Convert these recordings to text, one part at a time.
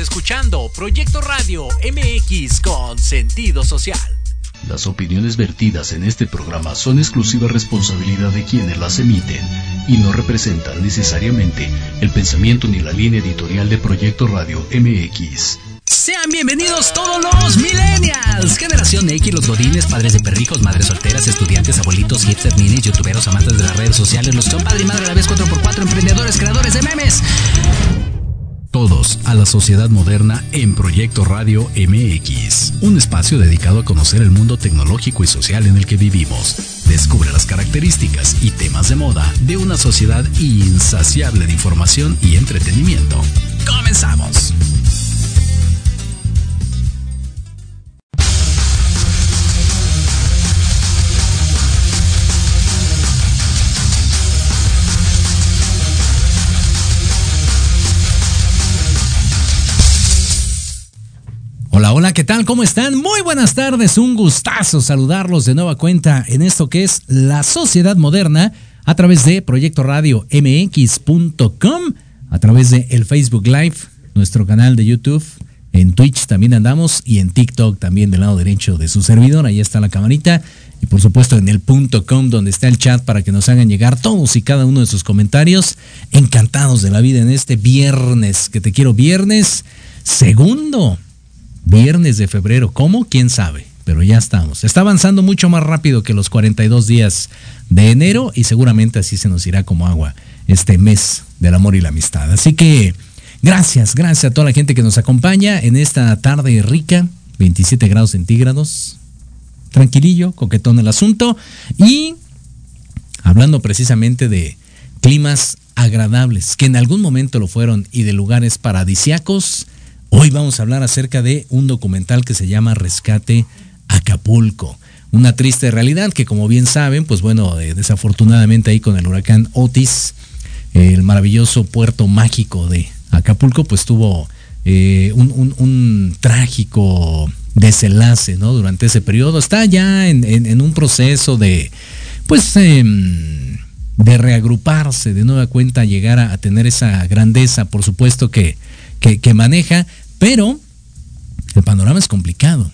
escuchando Proyecto Radio MX con sentido social. Las opiniones vertidas en este programa son exclusiva responsabilidad de quienes las emiten y no representan necesariamente el pensamiento ni la línea editorial de Proyecto Radio MX. Sean bienvenidos todos los millennials, generación X, los godines, padres de perrijos, madres solteras, estudiantes, abuelitos, hipsters, minis, youtuberos, amantes de las redes sociales, los que son padre y madre a la vez 4x4, emprendedores, creadores de memes. Todos a la sociedad moderna en Proyecto Radio MX, un espacio dedicado a conocer el mundo tecnológico y social en el que vivimos. Descubre las características y temas de moda de una sociedad insaciable de información y entretenimiento. ¡Comenzamos! Hola, hola, ¿qué tal? ¿Cómo están? Muy buenas tardes, un gustazo saludarlos de nueva cuenta en esto que es La Sociedad Moderna a través de Proyecto Radio MX.com, a través de el Facebook Live, nuestro canal de YouTube, en Twitch también andamos y en TikTok también del lado derecho de su servidor, ahí está la camarita y por supuesto en el .com donde está el chat para que nos hagan llegar todos y cada uno de sus comentarios. Encantados de la vida en este viernes, que te quiero viernes, segundo viernes de febrero. ¿Cómo? ¿Quién sabe? Pero ya estamos. Está avanzando mucho más rápido que los 42 días de enero y seguramente así se nos irá como agua este mes del amor y la amistad. Así que gracias a toda la gente que nos acompaña en esta tarde rica, 27 grados centígrados, tranquilillo, coquetón el asunto y hablando precisamente de climas agradables, que en algún momento lo fueron y de lugares paradisíacos. Hoy vamos a hablar acerca de un documental que se llama Rescate Acapulco. Una triste realidad que, como bien saben, pues bueno, desafortunadamente ahí con el huracán Otis, el maravilloso puerto mágico de Acapulco, pues tuvo un trágico desenlace, ¿no? Durante ese periodo. Está ya en un proceso de, pues, de reagruparse, de nueva cuenta llegar a tener esa grandeza, por supuesto que maneja, pero el panorama es complicado.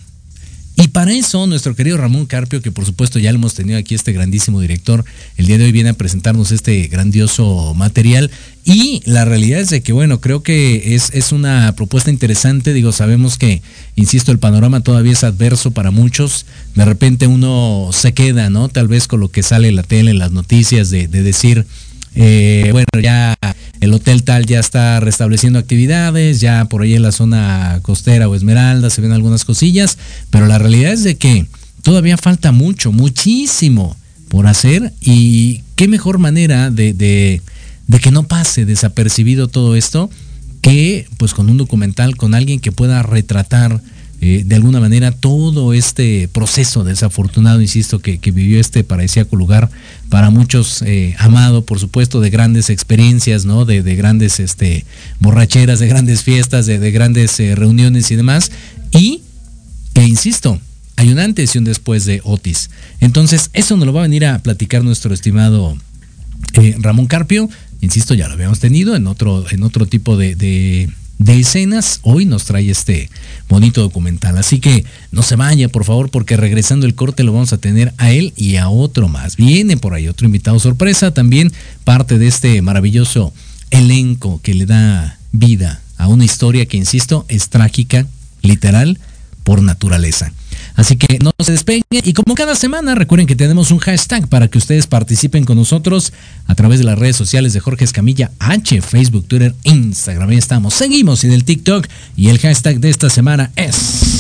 Y para eso nuestro querido Ramón Carpio, que por supuesto ya lo hemos tenido aquí, este grandísimo director, el día de hoy viene a presentarnos este grandioso material. Y la realidad es de que, bueno, creo que es una propuesta interesante. Digo, sabemos que, insisto, el panorama todavía es adverso para muchos. De repente uno se queda, ¿no? Tal vez con lo que sale en la tele, en las noticias, de decir, bueno, ya el hotel tal ya está restableciendo actividades, ya por ahí en la zona costera o Esmeralda se ven algunas cosillas, pero la realidad es de que todavía falta muchísimo por hacer y qué mejor manera de que no pase desapercibido todo esto que pues con un documental, con alguien que pueda retratar de alguna manera todo este proceso desafortunado, insisto, que vivió este paradisíaco lugar, para muchos amado, por supuesto, de grandes experiencias, ¿no? De grandes borracheras, de grandes fiestas, de grandes reuniones y demás, y que, insisto, hay un antes y un después de Otis. Entonces, eso nos lo va a venir a platicar nuestro estimado Ramón Carpio. Insisto, ya lo habíamos tenido en otro tipo de escenas. Hoy nos trae este bonito documental, así que no se vaya, por favor, porque regresando el corte lo vamos a tener a él y a otro más. Viene por ahí otro invitado sorpresa, también parte de este maravilloso elenco que le da vida a una historia que, insisto, es trágica, literal, por naturaleza. Así que no se despeguen y como cada semana recuerden que tenemos un hashtag para que ustedes participen con nosotros a través de las redes sociales de Jorge Escamilla H, Facebook, Twitter, Instagram. Ahí estamos, seguimos en el TikTok y el hashtag de esta semana es: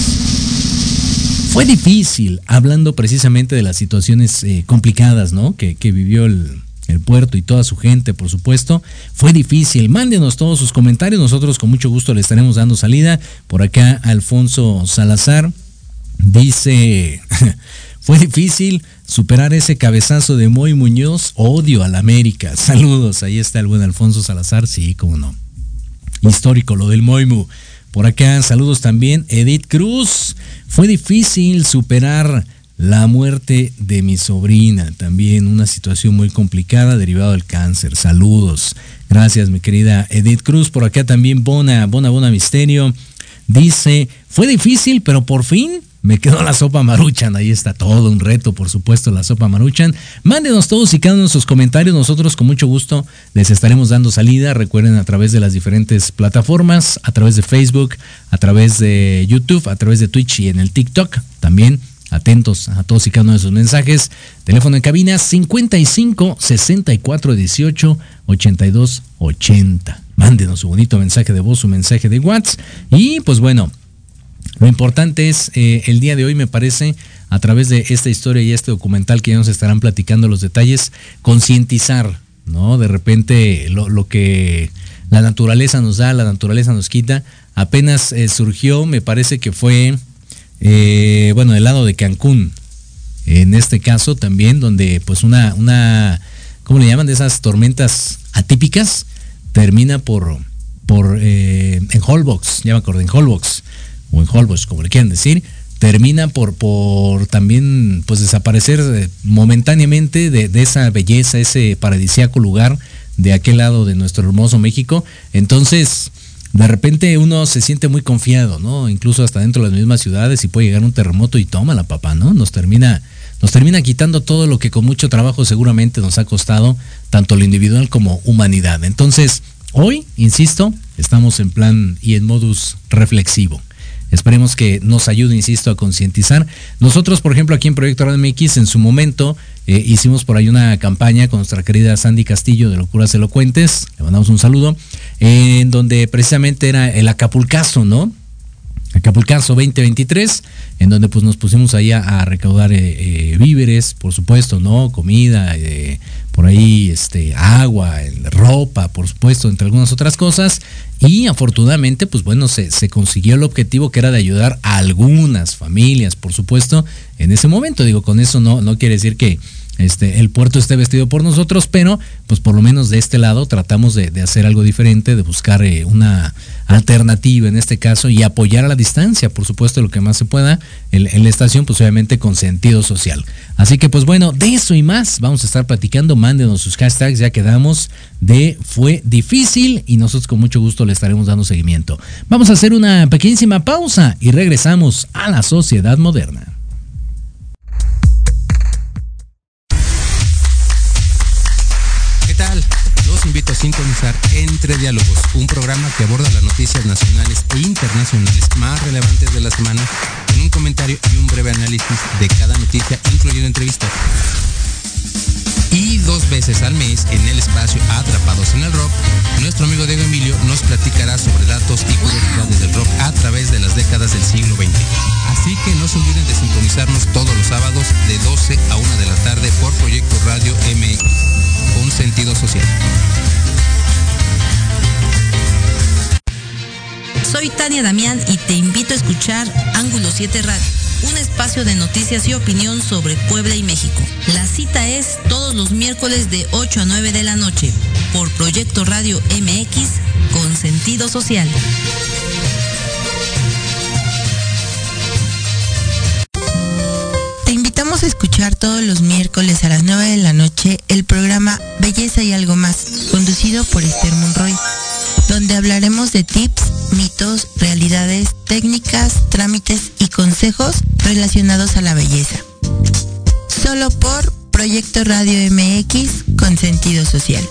fue difícil, hablando precisamente de las situaciones complicadas, ¿no? que vivió el puerto y toda su gente, por supuesto. Fue difícil. Mándenos todos sus comentarios, nosotros con mucho gusto le estaremos dando salida. Por acá Alfonso Salazar dice: fue difícil superar ese cabezazo de Moy Muñoz, odio a la América. Saludos, ahí está el buen Alfonso Salazar, sí, cómo no. Histórico lo del Moimu. Por acá, saludos también, Edith Cruz. Fue difícil superar la muerte de mi sobrina, también una situación muy complicada derivada del cáncer. Saludos. Gracias, mi querida Edith Cruz. Por acá también Bona Misterio. Dice, fue difícil, pero por fin me quedó la sopa Maruchan. Ahí está todo un reto, por supuesto, la sopa Maruchan. Mándenos todos y cada uno de sus comentarios. Nosotros con mucho gusto les estaremos dando salida. Recuerden, a través de las diferentes plataformas, a través de Facebook, a través de YouTube, a través de Twitch y en el TikTok. También atentos a todos y cada uno de sus mensajes. Teléfono en cabina 55 64 18 82 80. Mándenos su bonito mensaje de voz, su mensaje de WhatsApp. Y pues bueno, lo importante es, el día de hoy me parece, a través de esta historia y este documental que ya nos estarán platicando los detalles, concientizar, ¿no? De repente lo que la naturaleza nos da, la naturaleza nos quita. Apenas surgió, me parece que fue, del lado de Cancún, en este caso también, donde pues una ¿cómo le llaman? De esas tormentas atípicas, termina en Holbox, ya me acordé, en Holbox, o en Holbox, como le quieran decir, termina por también pues desaparecer momentáneamente de esa belleza, ese paradisíaco lugar de aquel lado de nuestro hermoso México. Entonces, de repente uno se siente muy confiado, ¿no? Incluso hasta dentro de las mismas ciudades, y puede llegar un terremoto y tómala, papá, ¿no? Nos termina quitando todo lo que con mucho trabajo seguramente nos ha costado, tanto lo individual como humanidad. Entonces, hoy, insisto, estamos en plan y en modus reflexivo. Esperemos que nos ayude, insisto, a concientizar. Nosotros, por ejemplo, aquí en Proyecto Radio MX, en su momento, hicimos por ahí una campaña con nuestra querida Sandy Castillo de Locuras Elocuentes, le mandamos un saludo, en donde precisamente era el Acapulcazo, ¿no? Acapulcazo 2023, en donde pues nos pusimos ahí a recaudar víveres, por supuesto, ¿no? Comida, por ahí agua, ropa, por supuesto, entre algunas otras cosas. Y afortunadamente, pues bueno, se consiguió el objetivo, que era de ayudar a algunas familias, por supuesto, en ese momento. Digo, con eso no quiere decir que el puerto esté vestido por nosotros, pero pues por lo menos de este lado tratamos de hacer algo diferente, de buscar una alternativa en este caso, y apoyar a la distancia, por supuesto, lo que más se pueda en la estación, pues obviamente con sentido social. Así que pues bueno, de eso y más vamos a estar platicando. Mándenos sus hashtags, ya quedamos de fue difícil, y nosotros con mucho gusto le estaremos dando seguimiento. Vamos a hacer una pequeñísima pausa y regresamos a la sociedad moderna. Los invito a sintonizar Entre Diálogos, un programa que aborda las noticias nacionales e internacionales más relevantes de la semana, con un comentario y un breve análisis de cada noticia, incluyendo entrevistas. Y 2 veces al mes, en el espacio Atrapados en el Rock, nuestro amigo Diego Emilio nos platicará sobre datos y curiosidades del rock a través de las décadas del siglo XX. Así que no se olviden de sintonizarnos todos los sábados de 12 a 1 de la tarde por Proyecto Radio MX, con sentido social. Soy Tania Damián y te invito a escuchar Ángulo 7 Radio, un espacio de noticias y opinión sobre Puebla y México. La cita es todos los miércoles de 8 a 9 de la noche por Proyecto Radio MX, con sentido social. Te invitamos a escuchar todos los miércoles a las 9 de la noche el programa Belleza y Algo Más, conducido por Esther Monroy, donde hablaremos de tips, mitos, realidades, técnicas, trámites y consejos relacionados a la belleza. Solo por Proyecto Radio MX, con sentido social.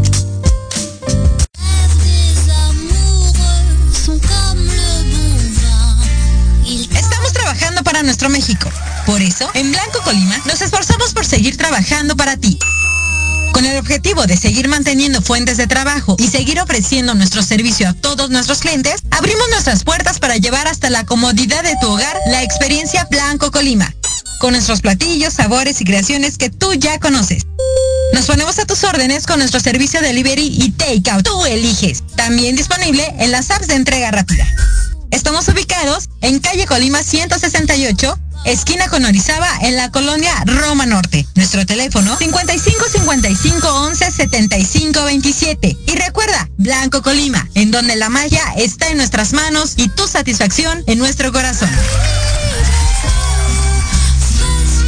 Estamos trabajando para nuestro México. Por eso, en Blanco Colima, nos esforzamos por seguir trabajando para ti. Con el objetivo de seguir manteniendo fuentes de trabajo y seguir ofreciendo nuestro servicio a todos nuestros clientes, abrimos nuestras puertas para llevar hasta la comodidad de tu hogar la experiencia Blanco Colima, con nuestros platillos, sabores y creaciones que tú ya conoces. Nos ponemos a tus órdenes con nuestro servicio de delivery y takeout. Tú eliges. También disponible en las apps de entrega rápida. Estamos ubicados en calle Colima 168, esquina con Orizaba, en la colonia Roma Norte. Nuestro teléfono 55 55 11 75 27. Y recuerda, Blanco Colima, en donde la magia está en nuestras manos y tu satisfacción en nuestro corazón.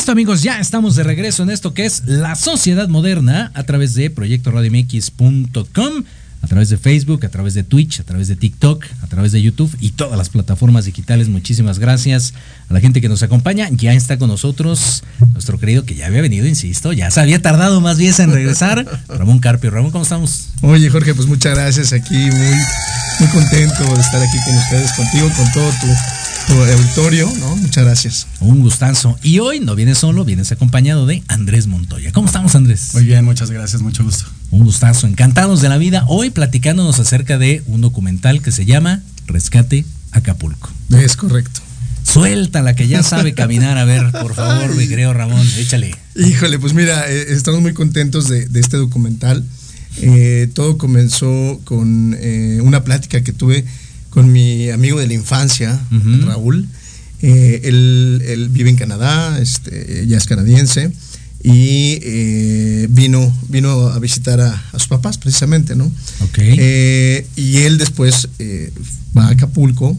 Listo, amigos, ya estamos de regreso en esto que es La Sociedad Moderna a través de proyectoradiomx.com, a través de Facebook, a través de Twitch, a través de TikTok, a través de YouTube y todas las plataformas digitales. Muchísimas gracias a la gente que nos acompaña. Ya está con nosotros nuestro querido, que ya había venido, insisto, ya se había tardado más bien en regresar, Ramón Carpio. Ramón, ¿cómo estamos? Oye, Jorge, pues muchas gracias, aquí muy contento de estar aquí con ustedes, contigo, con todo tu auditorio, ¿no? Muchas gracias. Un gustazo. Y hoy no vienes solo, vienes acompañado de Andrés Montoya. ¿Cómo estamos, Andrés? Muy bien, muchas gracias, mucho gusto. Un gustazo, encantados de la vida. Hoy platicándonos acerca de un documental que se llama Rescate Acapulco. Es correcto. Suéltala, que ya sabe caminar. A ver, por favor, mi querido Ramón, échale. Híjole, pues mira, estamos muy contentos de este documental. Todo comenzó con una plática que tuve con mi amigo de la infancia, Raúl. Él vive en Canadá, ya es canadiense, y vino a visitar a sus papás, precisamente, ¿no? Okay. Y él después va a Acapulco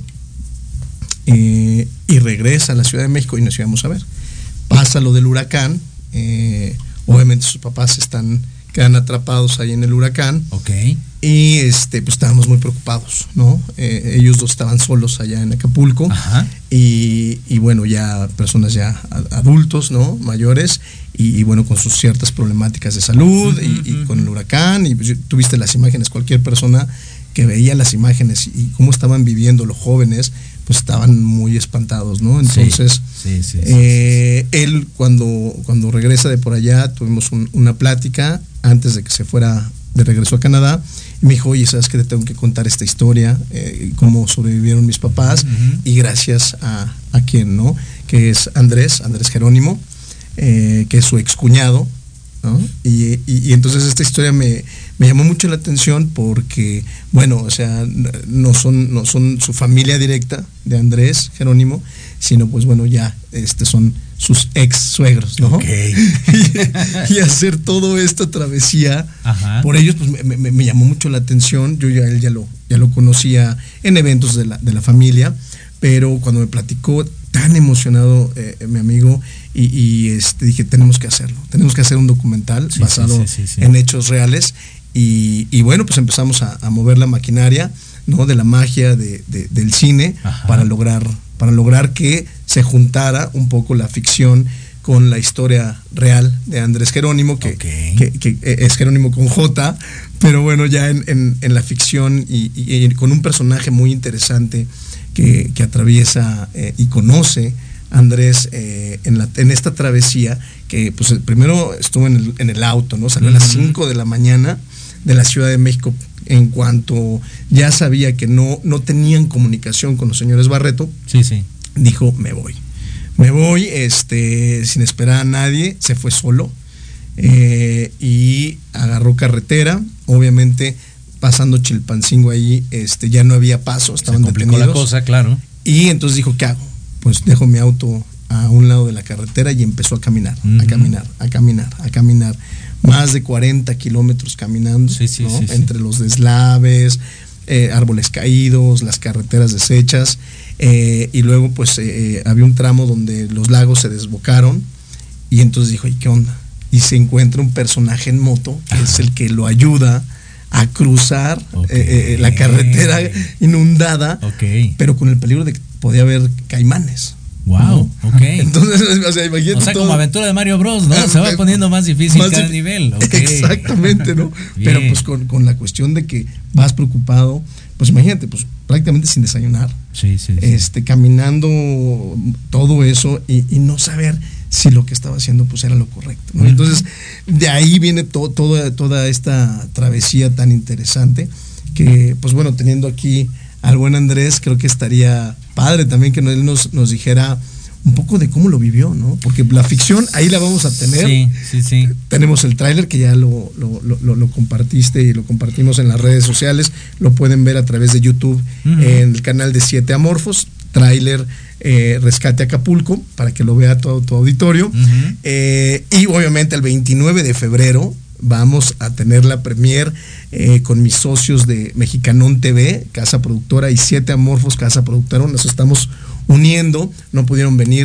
y regresa a la Ciudad de México y nos íbamos a ver. Pasa lo del huracán, obviamente sus papás quedan atrapados ahí en el huracán. Okay. Y pues estábamos muy preocupados, ¿no? Ellos dos estaban solos allá en Acapulco. Ajá. Y bueno, ya personas ya adultos, ¿no? Mayores, y bueno, con sus ciertas problemáticas de salud, y con el huracán, y pues, tuviste las imágenes, cualquier persona que veía las imágenes y cómo estaban viviendo los jóvenes, pues estaban muy espantados, ¿no? Entonces, sí. Él cuando regresa de por allá, tuvimos una plática antes de que se fuera de regreso a Canadá, y me dijo, oye, ¿sabes qué? Te tengo que contar esta historia, cómo sobrevivieron mis papás, y gracias a quien, ¿no? Que es Andrés Jerónimo, que es su excuñado, ¿no? Y entonces esta historia me llamó mucho la atención porque, bueno, o sea, no son su familia directa de Andrés Jerónimo, sino pues bueno, ya son sus ex suegros, ¿no? Okay. y hacer toda esta travesía. Ajá. Por ellos, pues me llamó mucho la atención. Yo él ya lo conocía en eventos de la familia, pero cuando me platicó, tan emocionado mi amigo, y dije, tenemos que hacerlo, tenemos que hacer un documental basado en hechos reales, y bueno, pues empezamos a mover la maquinaria, ¿no? De la magia del cine. Ajá. para lograr que se juntara un poco la ficción con la historia real de Andrés Jerónimo, que es Jerónimo con J, pero bueno, ya en la ficción, y con un personaje muy interesante que atraviesa y conoce Andrés en esta travesía, que pues primero estuvo en el auto, ¿no? Salió a las 5 de la mañana de la Ciudad de México. En cuanto ya sabía que no tenían comunicación con los señores Barreto, dijo, me voy, sin esperar a nadie, se fue solo, y agarró carretera, obviamente pasando Chilpancingo ahí, ya no había paso, estaban detenidos. La cosa, claro. Y entonces dijo, ¿qué hago? Pues dejo mi auto a un lado de la carretera y empezó a caminar, a caminar. Más de 40 kilómetros caminando, ¿no? Entre los deslaves, árboles caídos, las carreteras deshechas, y luego pues había un tramo donde los lagos se desbocaron, y entonces dijo, ¿y qué onda? Y se encuentra un personaje en moto, que es el que lo ayuda a cruzar la carretera inundada, pero con el peligro de que podía haber caimanes. Wow, ¿no? Okay. Entonces, o sea, imagínate. O sea, como aventura de Mario Bros, ¿no? Se va poniendo más difícil cada nivel. Exactamente, ¿no? Pero pues con la cuestión de que vas preocupado, pues imagínate, pues prácticamente sin desayunar. Caminando todo eso y no saber si lo que estaba haciendo pues era lo correcto, ¿no? Entonces, de ahí viene toda esta travesía tan interesante que, pues bueno, teniendo aquí al buen Andrés, creo que estaría padre también que él nos dijera un poco de cómo lo vivió, ¿no? Porque la ficción ahí la vamos a tener. Sí. Tenemos el tráiler que ya lo compartiste y lo compartimos en las redes sociales. Lo pueden ver a través de YouTube, en el canal de 7 Amorfos, tráiler Rescate Acapulco, para que lo vea todo tu auditorio. Y obviamente el 29 de febrero vamos a tener la premier con mis socios de Mexicanón TV, casa productora, y 7 Amorfos, casa productora. Nos estamos uniendo, no pudieron venir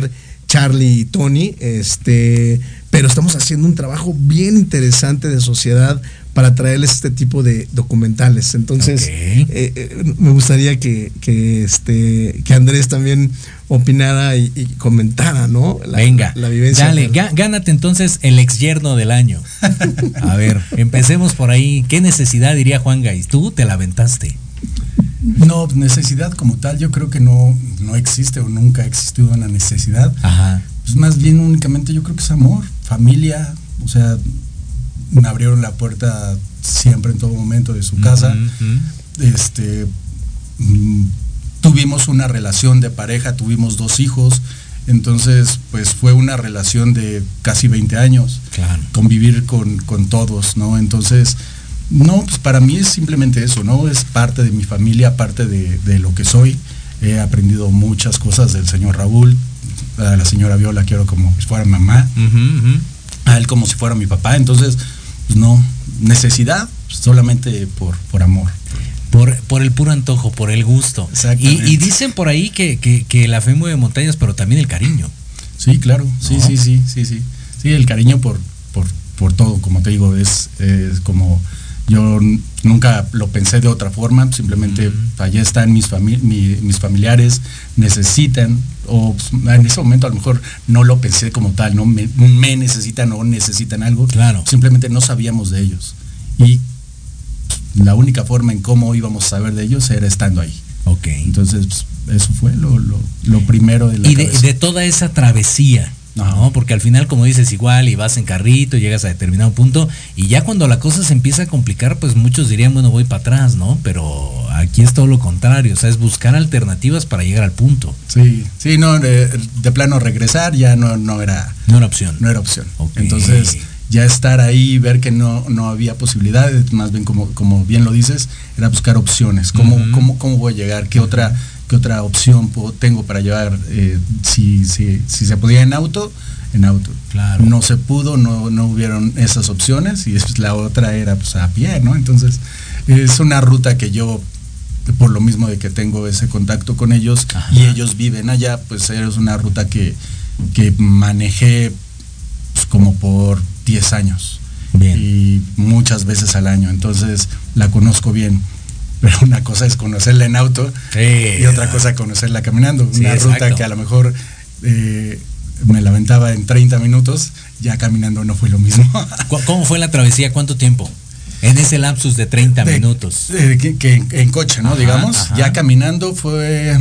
Charlie y Tony, pero estamos haciendo un trabajo bien interesante de sociedad para traerles este tipo de documentales. Entonces, me gustaría que Andrés también opinara y comentara, ¿no? Venga, la vivencia. Dale, gánate entonces el ex yerno del año. A ver, empecemos por ahí. ¿Qué necesidad, diría Juan Gais? Tú te la aventaste. No, necesidad como tal, yo creo que no existe o nunca ha existido una necesidad. Ajá. Pues más bien únicamente yo creo que es amor, familia, o sea, me abrieron la puerta siempre en todo momento de su casa. Tuvimos una relación de pareja, tuvimos 2 hijos, entonces pues fue una relación de casi 20 años. Claro. Convivir con todos, ¿no? Entonces, no, pues para mí es simplemente eso, ¿no? Es parte de mi familia, parte de lo que soy. He aprendido muchas cosas del señor Raúl. A la señora Viola quiero como si fuera mamá. A él como si fuera mi papá. Entonces, pues no, necesidad solamente por amor. Por el puro antojo, por el gusto. Exactamente. Y dicen por ahí que la fe mueve montañas, pero también el cariño. Sí, claro. Sí, ¿no? sí. Sí, el cariño por todo, como te digo, es como... Yo nunca lo pensé de otra forma, simplemente allá están mis familiares, necesitan, o en ese momento a lo mejor no lo pensé como tal, ¿no? Me necesitan o necesitan algo. Claro. Simplemente no sabíamos de ellos. Y la única forma en cómo íbamos a saber de ellos era estando ahí. Ok. Entonces, pues, eso fue lo primero de la Y de toda esa travesía, ¿no? Porque al final, como dices, igual y vas en carrito, llegas a determinado punto y ya cuando la cosa se empieza a complicar, pues muchos dirían, bueno, voy para atrás, ¿no? Pero aquí es todo lo contrario, o sea, es buscar alternativas para llegar al punto. Sí, no, de plano regresar ya no era opción. No era opción. Okay. Entonces, ya estar ahí, ver que no había posibilidades, más bien como bien lo dices, era buscar opciones. ¿Cómo voy a llegar? ¿Qué otra opción tengo para llevar? Si se podía en auto. Claro. No se pudo, no hubieron esas opciones y después la otra era pues a pie, ¿no? Entonces es una ruta que yo, por lo mismo de que tengo ese contacto con ellos, ajá, y ellos viven allá, pues es una ruta que manejé pues, como por 10 años. Bien. Y muchas veces al año, entonces la conozco bien. Pero una cosa es conocerla en auto y otra cosa conocerla caminando. Sí, una exacto. ruta que a lo mejor me la aventaba en 30 minutos, ya caminando no fue lo mismo. ¿Cómo fue la travesía? ¿Cuánto tiempo? En ese lapsus de 30 minutos. Que en coche, ¿no? Ajá, digamos. ajá. Ya caminando fue...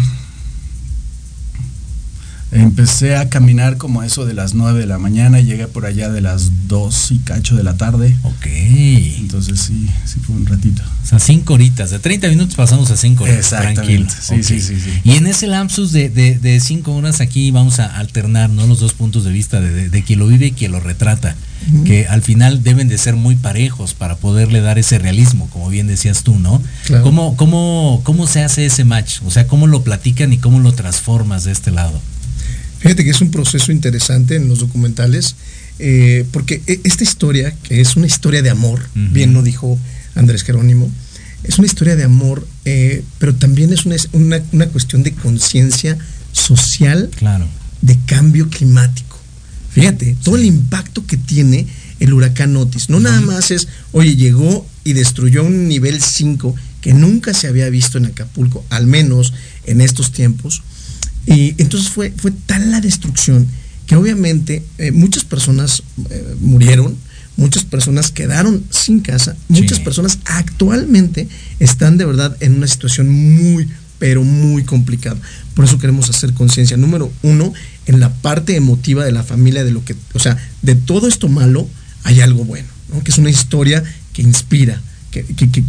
Empecé a caminar como eso de las 9 de la mañana y llegué por allá de las 2 y cacho de la tarde. Ok. Entonces sí fue un ratito. O sea, 5 horitas. De 30 minutos pasamos a 5 horas. Exactamente. Tranquilo. Sí, Okay. sí. Y en ese lapsus de 5 horas aquí vamos a alternar, ¿no? Los dos puntos de vista de quien lo vive y quien lo retrata. Que al final deben de ser muy parejos para poderle dar ese realismo, como bien decías tú, ¿no? Claro. ¿Cómo se hace ese match? O sea, ¿cómo lo platican y cómo lo transformas de este lado? Fíjate que es un proceso interesante en los documentales, porque esta historia, que es una historia de amor, bien lo dijo Andrés Jerónimo, es una historia de amor, pero también es una cuestión de conciencia social, claro, de cambio climático. Fíjate, todo el impacto que tiene el huracán Otis. No nada más es, oye, llegó y destruyó un nivel 5 que nunca se había visto en Acapulco, al menos en estos tiempos. Y entonces fue tal la destrucción que obviamente muchas personas murieron, muchas personas quedaron sin casa, muchas personas actualmente están de verdad en una situación muy, pero muy complicada. Por eso queremos hacer conciencia. Número 1, en la parte emotiva de la familia, de lo que, o sea, de todo esto malo hay algo bueno, ¿no? Que es una historia que inspira, que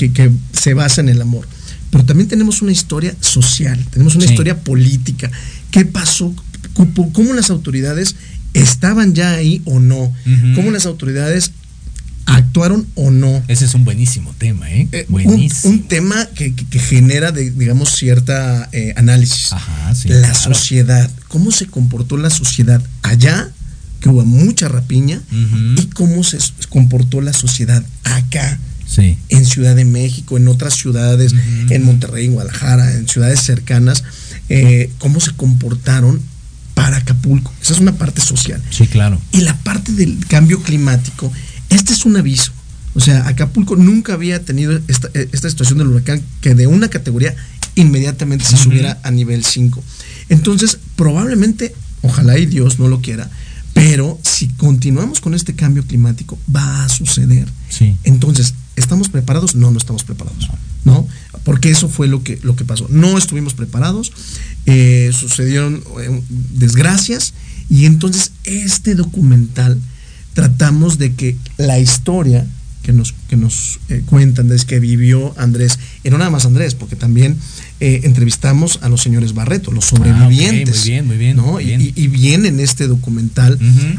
se basa en el amor. Pero también tenemos una historia social, tenemos una historia política. ¿Qué pasó? ¿Cómo las autoridades estaban ya ahí o no? ¿Cómo las autoridades actuaron o no? Ese es un buenísimo tema, ¿eh? Buenísimo. Un tema que genera, digamos, cierta análisis. Ajá, sí, la claro. sociedad, ¿cómo se comportó la sociedad allá, que hubo mucha rapiña, y cómo se comportó la sociedad acá? Sí. En Ciudad de México, en otras ciudades, en Monterrey, en Guadalajara, en ciudades cercanas, cómo se comportaron para Acapulco. Esa es una parte social. Sí, claro. Y la parte del cambio climático, este es un aviso. O sea, Acapulco nunca había tenido esta situación del huracán que de una categoría inmediatamente se subiera a nivel 5. Entonces, probablemente, ojalá y Dios no lo quiera, pero si continuamos con este cambio climático, va a suceder. Sí. Entonces, ¿estamos preparados? No, no estamos preparados. ¿No? Porque eso fue lo que pasó. No estuvimos preparados, sucedieron desgracias, y entonces este documental tratamos de que la historia que nos cuentan desde que vivió Andrés, y no nada más Andrés, porque también entrevistamos a los señores Barreto, los sobrevivientes. Okay, muy bien, ¿no? muy bien. Y viene en este documental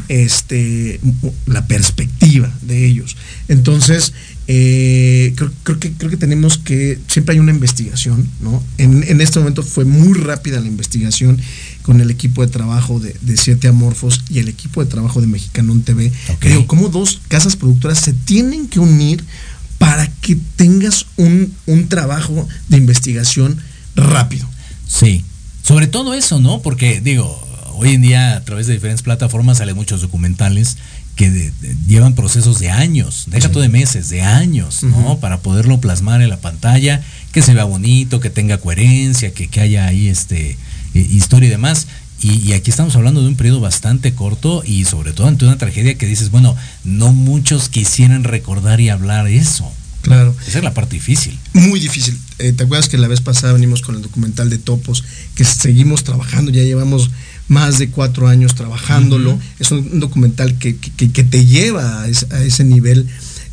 la perspectiva de ellos. Entonces, creo que tenemos que, siempre hay una investigación, ¿no? En este momento fue muy rápida la investigación con el equipo de trabajo de Siete Amorfos y el equipo de trabajo de Mexicanón TV. Okay. Digo, como dos casas productoras se tienen que unir para que tengas un trabajo de investigación rápido. Sí, sobre todo eso, ¿no? Porque digo, hoy en día a través de diferentes plataformas salen muchos documentales que llevan procesos de años, deja tú de meses, de años, ¿no? Para poderlo plasmar en la pantalla, que se vea bonito, que tenga coherencia, que haya ahí historia y demás. Y aquí estamos hablando de un periodo bastante corto y sobre todo ante una tragedia que dices, bueno, no muchos quisieran recordar y hablar eso. Claro. Esa es la parte difícil. Muy difícil. ¿Te acuerdas que la vez pasada venimos con el documental de Topos, que seguimos trabajando, ya llevamos más de 4 años trabajándolo? Es un documental que te lleva a ese nivel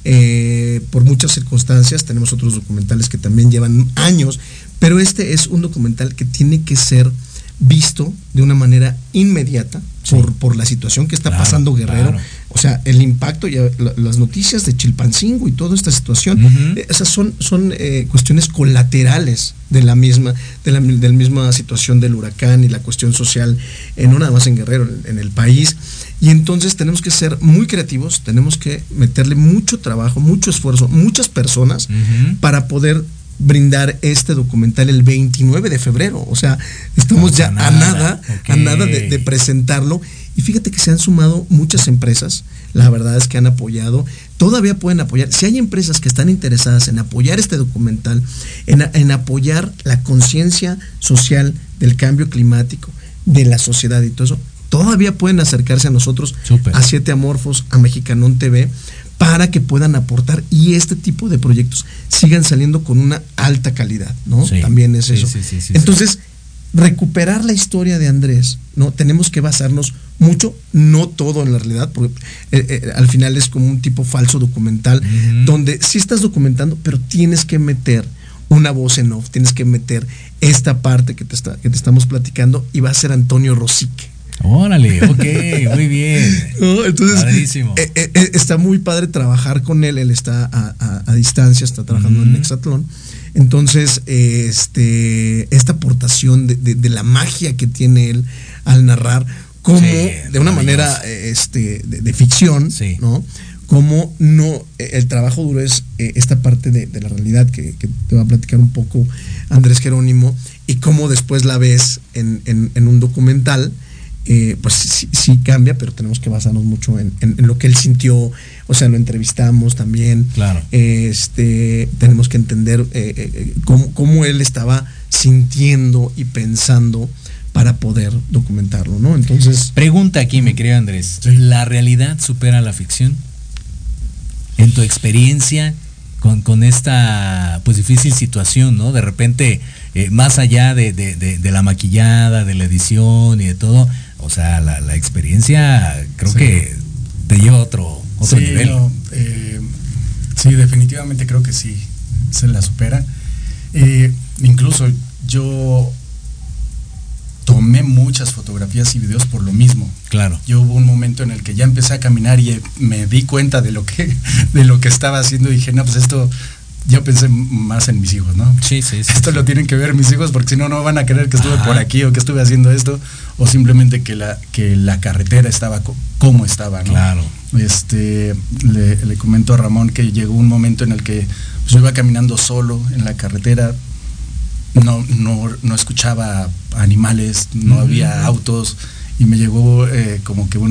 por muchas circunstancias. Tenemos otros documentales que también llevan años, pero este es un documental que tiene que ser visto de una manera inmediata, sí, por la situación que está pasando Guerrero. Claro. O sea, el impacto, ya las noticias de Chilpancingo y toda esta situación, esas son cuestiones colaterales de la misma situación del huracán y la cuestión social, no nada más en Guerrero, en el país. Y entonces tenemos que ser muy creativos, tenemos que meterle mucho trabajo, mucho esfuerzo, muchas personas para poder brindar este documental el 29 de febrero. O sea, estamos ya a nada de presentarlo. Y fíjate que se han sumado muchas empresas, la verdad es que han apoyado, todavía pueden apoyar. Si hay empresas que están interesadas en apoyar este documental, en apoyar la conciencia social del cambio climático, de la sociedad y todo eso, todavía pueden acercarse a nosotros, a Siete Amorfos, a Mexicanón TV, para que puedan aportar y este tipo de proyectos sigan saliendo con una alta calidad, ¿no? Sí, también es eso. Sí, entonces, recuperar la historia de Andrés, ¿no? Tenemos que basarnos mucho, no todo en la realidad, porque al final es como un tipo falso documental, donde sí estás documentando, pero tienes que meter una voz en off, tienes que meter esta parte que te estamos platicando, y va a ser Antonio Rosique. Órale, ok, muy bien. ¿No? Entonces, está muy padre trabajar con él. Él está a distancia, está trabajando en Hexatlón. Entonces, esta aportación de la magia que tiene él al narrar, como de una manera de ficción, ¿no? Como no, el trabajo duro es esta parte de la realidad que te va a platicar un poco Andrés Jerónimo, y cómo después la ves en un documental. Pues sí cambia, pero tenemos que basarnos mucho en lo que él sintió. O sea, lo entrevistamos también. Claro. Tenemos que entender cómo él estaba sintiendo y pensando para poder documentarlo, ¿no? Entonces. Pregunta aquí, mi querido Andrés. Sí. ¿La realidad supera la ficción? En tu experiencia con esta pues difícil situación, ¿no? De repente, más allá de la maquillada, de la edición y de todo, o sea, la experiencia creo que te lleva a otro nivel. No, sí, definitivamente creo que sí, se la supera. Incluso yo tomé muchas fotografías y videos por lo mismo. Claro. Yo hubo un momento en el que ya empecé a caminar y me di cuenta de lo que estaba haciendo, y dije, no, pues esto, yo pensé más en mis hijos, ¿no? Sí. Esto lo tienen que ver mis hijos, porque si no, no van a creer que estuve por aquí o que estuve haciendo esto, o simplemente que la carretera estaba como estaba, ¿no? Claro. Le comento a Ramón que llegó un momento en el que pues, yo iba caminando solo en la carretera, no escuchaba animales, no había autos, y me llegó como que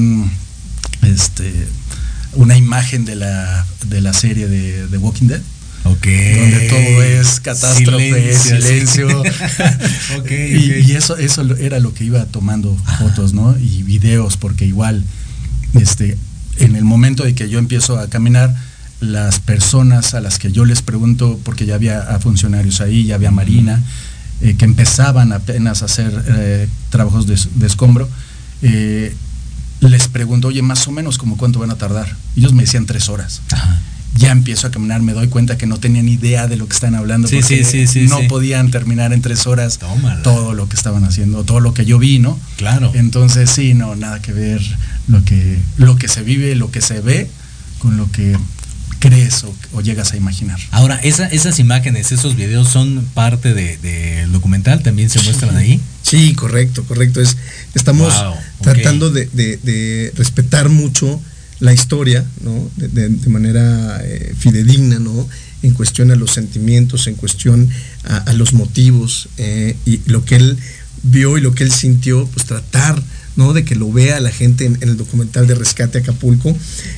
una imagen de la serie de Walking Dead. Okay. Donde todo es catástrofe, silencio. Okay. Y eso era lo que iba tomando fotos, ¿no? Y videos, porque igual, en el momento de que yo empiezo a caminar, las personas a las que yo les pregunto, porque ya había funcionarios ahí, ya había marina, que empezaban apenas a hacer trabajos de escombro, les pregunto, oye, más o menos, ¿como cuánto van a tardar? Ellos me decían 3 horas. Ajá. Ya empiezo a caminar, me doy cuenta que no tenían idea de lo que están hablando, Sí, porque sí, no podían terminar en 3 horas. Tómala. Todo lo que estaban haciendo, todo lo que yo vi, ¿no? Claro. Entonces, sí, no, nada que ver lo que se vive, lo que se ve, con lo que crees o llegas a imaginar. Ahora, esas imágenes, esos videos son parte del documental, también se muestran ahí. Sí, correcto. Estamos tratando de respetar mucho la historia, ¿no? De manera fidedigna, ¿no? En cuestión a los sentimientos, en cuestión a los motivos, y lo que él vio y lo que él sintió, pues tratar, ¿no? De que lo vea la gente en el documental de Rescate Acapulco,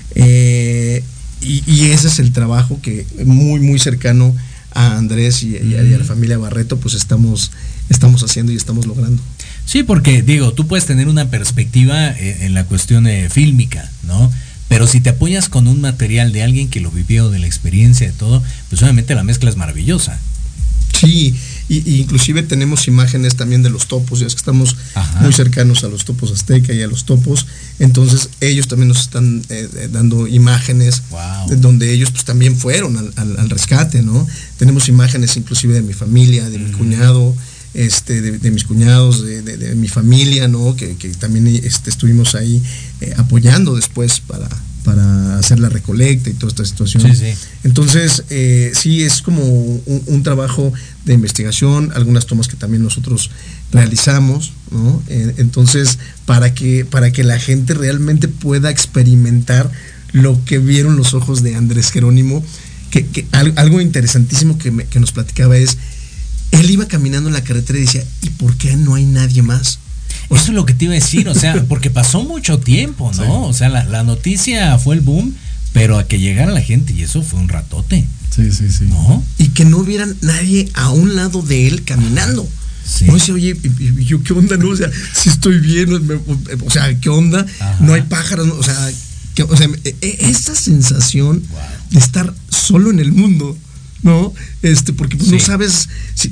y ese es el trabajo que muy, muy cercano a Andrés y a la familia Barreto, pues estamos haciendo y estamos logrando. Sí, porque digo, tú puedes tener una perspectiva en la cuestión fílmica, ¿no? Pero si te apoyas con un material de alguien que lo vivió, de la experiencia, de todo, pues obviamente la mezcla es maravillosa. Sí, y inclusive tenemos imágenes también de los topos, ya es que estamos muy cercanos a los topos azteca y a los topos, entonces ellos también nos están dando imágenes donde ellos pues también fueron al rescate, ¿no? Tenemos imágenes inclusive de mi familia, de mi cuñado, de mis cuñados, de mi familia, ¿no? Que también estuvimos ahí apoyando después para hacer la recolecta y toda esta situación. Sí. Entonces, sí, es como un trabajo de investigación, algunas tomas que también nosotros realizamos, ¿no? Entonces, para que la gente realmente pueda experimentar lo que vieron los ojos de Andrés Jerónimo, que algo interesantísimo que nos platicaba es, él iba caminando en la carretera y decía, ¿y por qué no hay nadie más? Eso es lo que te iba a decir, o sea, porque pasó mucho tiempo, ¿no? Sí. O sea, la noticia fue el boom, pero a que llegara la gente, y eso fue un ratote. Sí. ¿No? Y que no hubiera nadie a un lado de él caminando. Sí. No dice, oye, ¿y yo qué onda? No, o sea, si estoy bien, o sea, ¿qué onda? No hay pájaros, no, o sea, esta sensación de estar solo en el mundo, ¿no? Porque pues no sabes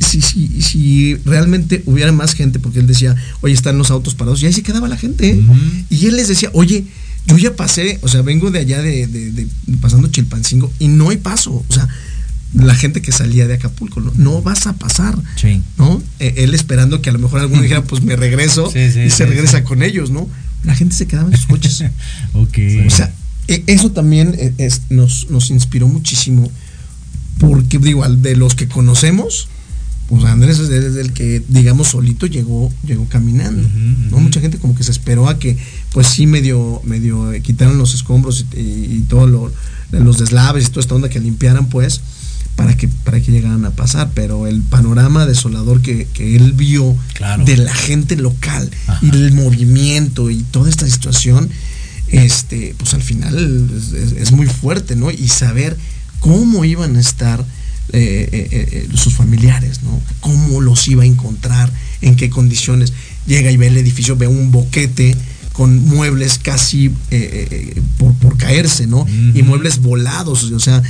si realmente hubiera más gente, porque él decía, oye, están los autos parados, y ahí se quedaba la gente, y él les decía, oye, yo ya pasé, o sea, vengo de allá de pasando Chilpancingo y no hay paso, o sea, la gente que salía de Acapulco, no vas a pasar, ¿no? Él esperando que a lo mejor alguno dijera, pues me regreso, y se regresa con ellos, ¿no? La gente se quedaba en sus coches. Okay. O sea, eso también nos inspiró muchísimo, porque digo, de los que conocemos, pues Andrés es el que, digamos, solito llegó caminando, ¿no? Mucha gente como que se esperó a que, pues sí, medio quitaran los escombros y todo los deslaves y toda esta onda, que limpiaran, pues, para que llegaran a pasar, pero el panorama desolador que él vio de la gente local y el movimiento y toda esta situación, pues al final es muy fuerte, ¿no? Y saber cómo iban a estar sus familiares, ¿no? Cómo los iba a encontrar, en qué condiciones. Llega y ve el edificio, ve un boquete con muebles casi por caerse, ¿no? Y muebles volados, o sea,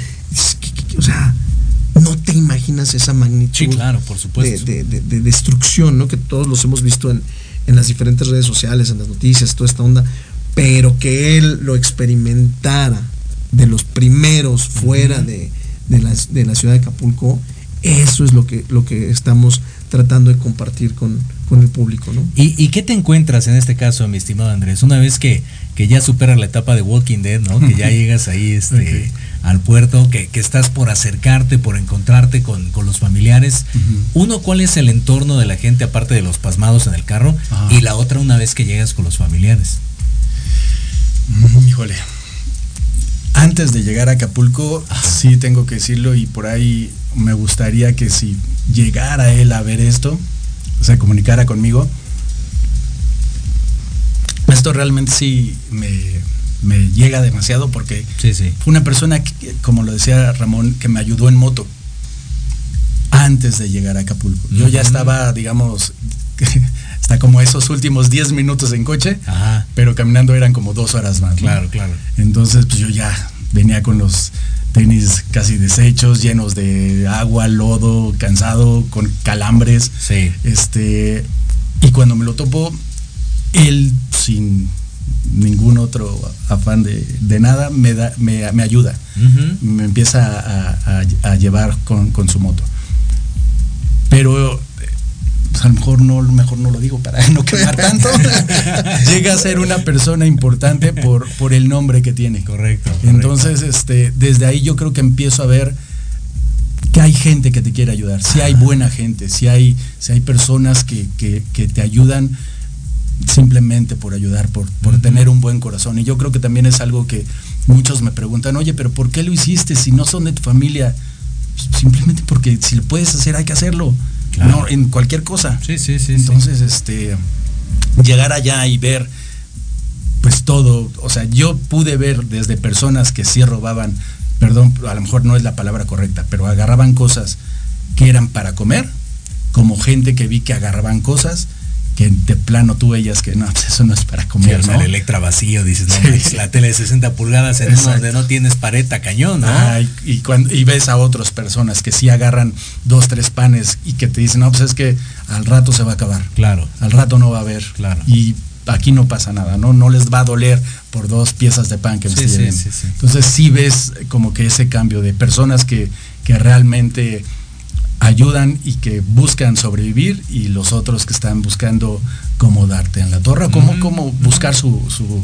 no te imaginas esa magnitud. Sí, claro, por supuesto. De destrucción, ¿no? Que todos los hemos visto en las diferentes redes sociales, en las noticias, toda esta onda, pero que él lo experimentara de los primeros fuera de la ciudad de Acapulco, eso es lo que estamos tratando de compartir con el público, ¿no? ¿Y qué te encuentras en este caso, mi estimado Andrés? Una vez que ya superas la etapa de Walking Dead, ¿no? Que ya llegas ahí al puerto, que estás por acercarte, por encontrarte con los familiares. Uno, ¿cuál es el entorno de la gente aparte de los pasmados en el carro? Y la otra, una vez que llegas con los familiares. Híjole. Antes de llegar a Acapulco, sí tengo que decirlo, y por ahí me gustaría que si llegara él a ver esto, o sea, comunicara conmigo, esto realmente sí me llega demasiado porque sí. fue una persona que, como lo decía Ramón, que me ayudó en moto antes de llegar a Acapulco. Yo ya estaba, digamos, hasta como esos últimos 10 minutos en coche, pero caminando eran como 2 horas más, ¿no? Claro. Entonces, pues yo ya venía con los tenis casi deshechos, llenos de agua, lodo, cansado, con calambres. Sí. Y cuando me lo topo, él sin ningún otro afán de nada me ayuda. Me empieza a llevar con su moto. Pero pues a lo mejor no lo digo para no quemar tanto. Llega a ser una persona importante por el nombre que tiene. Correcto. Entonces, desde ahí yo creo que empiezo a ver que hay gente que te quiere ayudar, si hay buena gente, si hay personas que te ayudan simplemente por ayudar, por tener un buen corazón. Y yo creo que también es algo que muchos me preguntan, oye, pero ¿por qué lo hiciste si no son de tu familia? Simplemente porque si lo puedes hacer hay que hacerlo. Claro. No, en cualquier cosa. Sí. Entonces, llegar allá y ver pues todo, o sea, yo pude ver desde personas que sí robaban, perdón, a lo mejor no es la palabra correcta, pero agarraban cosas que eran para comer, como gente que vi que agarraban cosas que de plano tú veías que no, pues eso no es para comer, sí, o sea, ¿no? el Electra vacío, dices, no, Sí. la tele de 60 pulgadas en uno donde no tienes pared a cañón, ¿no? Y ves a otras personas que sí agarran 2, 3 panes y que te dicen, no, pues es que al rato se va a acabar. Claro. Al rato no va a haber. Claro. Y aquí no pasa nada, no les va a doler por 2 piezas de pan que me estoy llevando. Sí. Entonces sí ves como que ese cambio de personas que realmente ayudan y que buscan sobrevivir, y los otros que están buscando cómo darte en la torre, cómo buscar su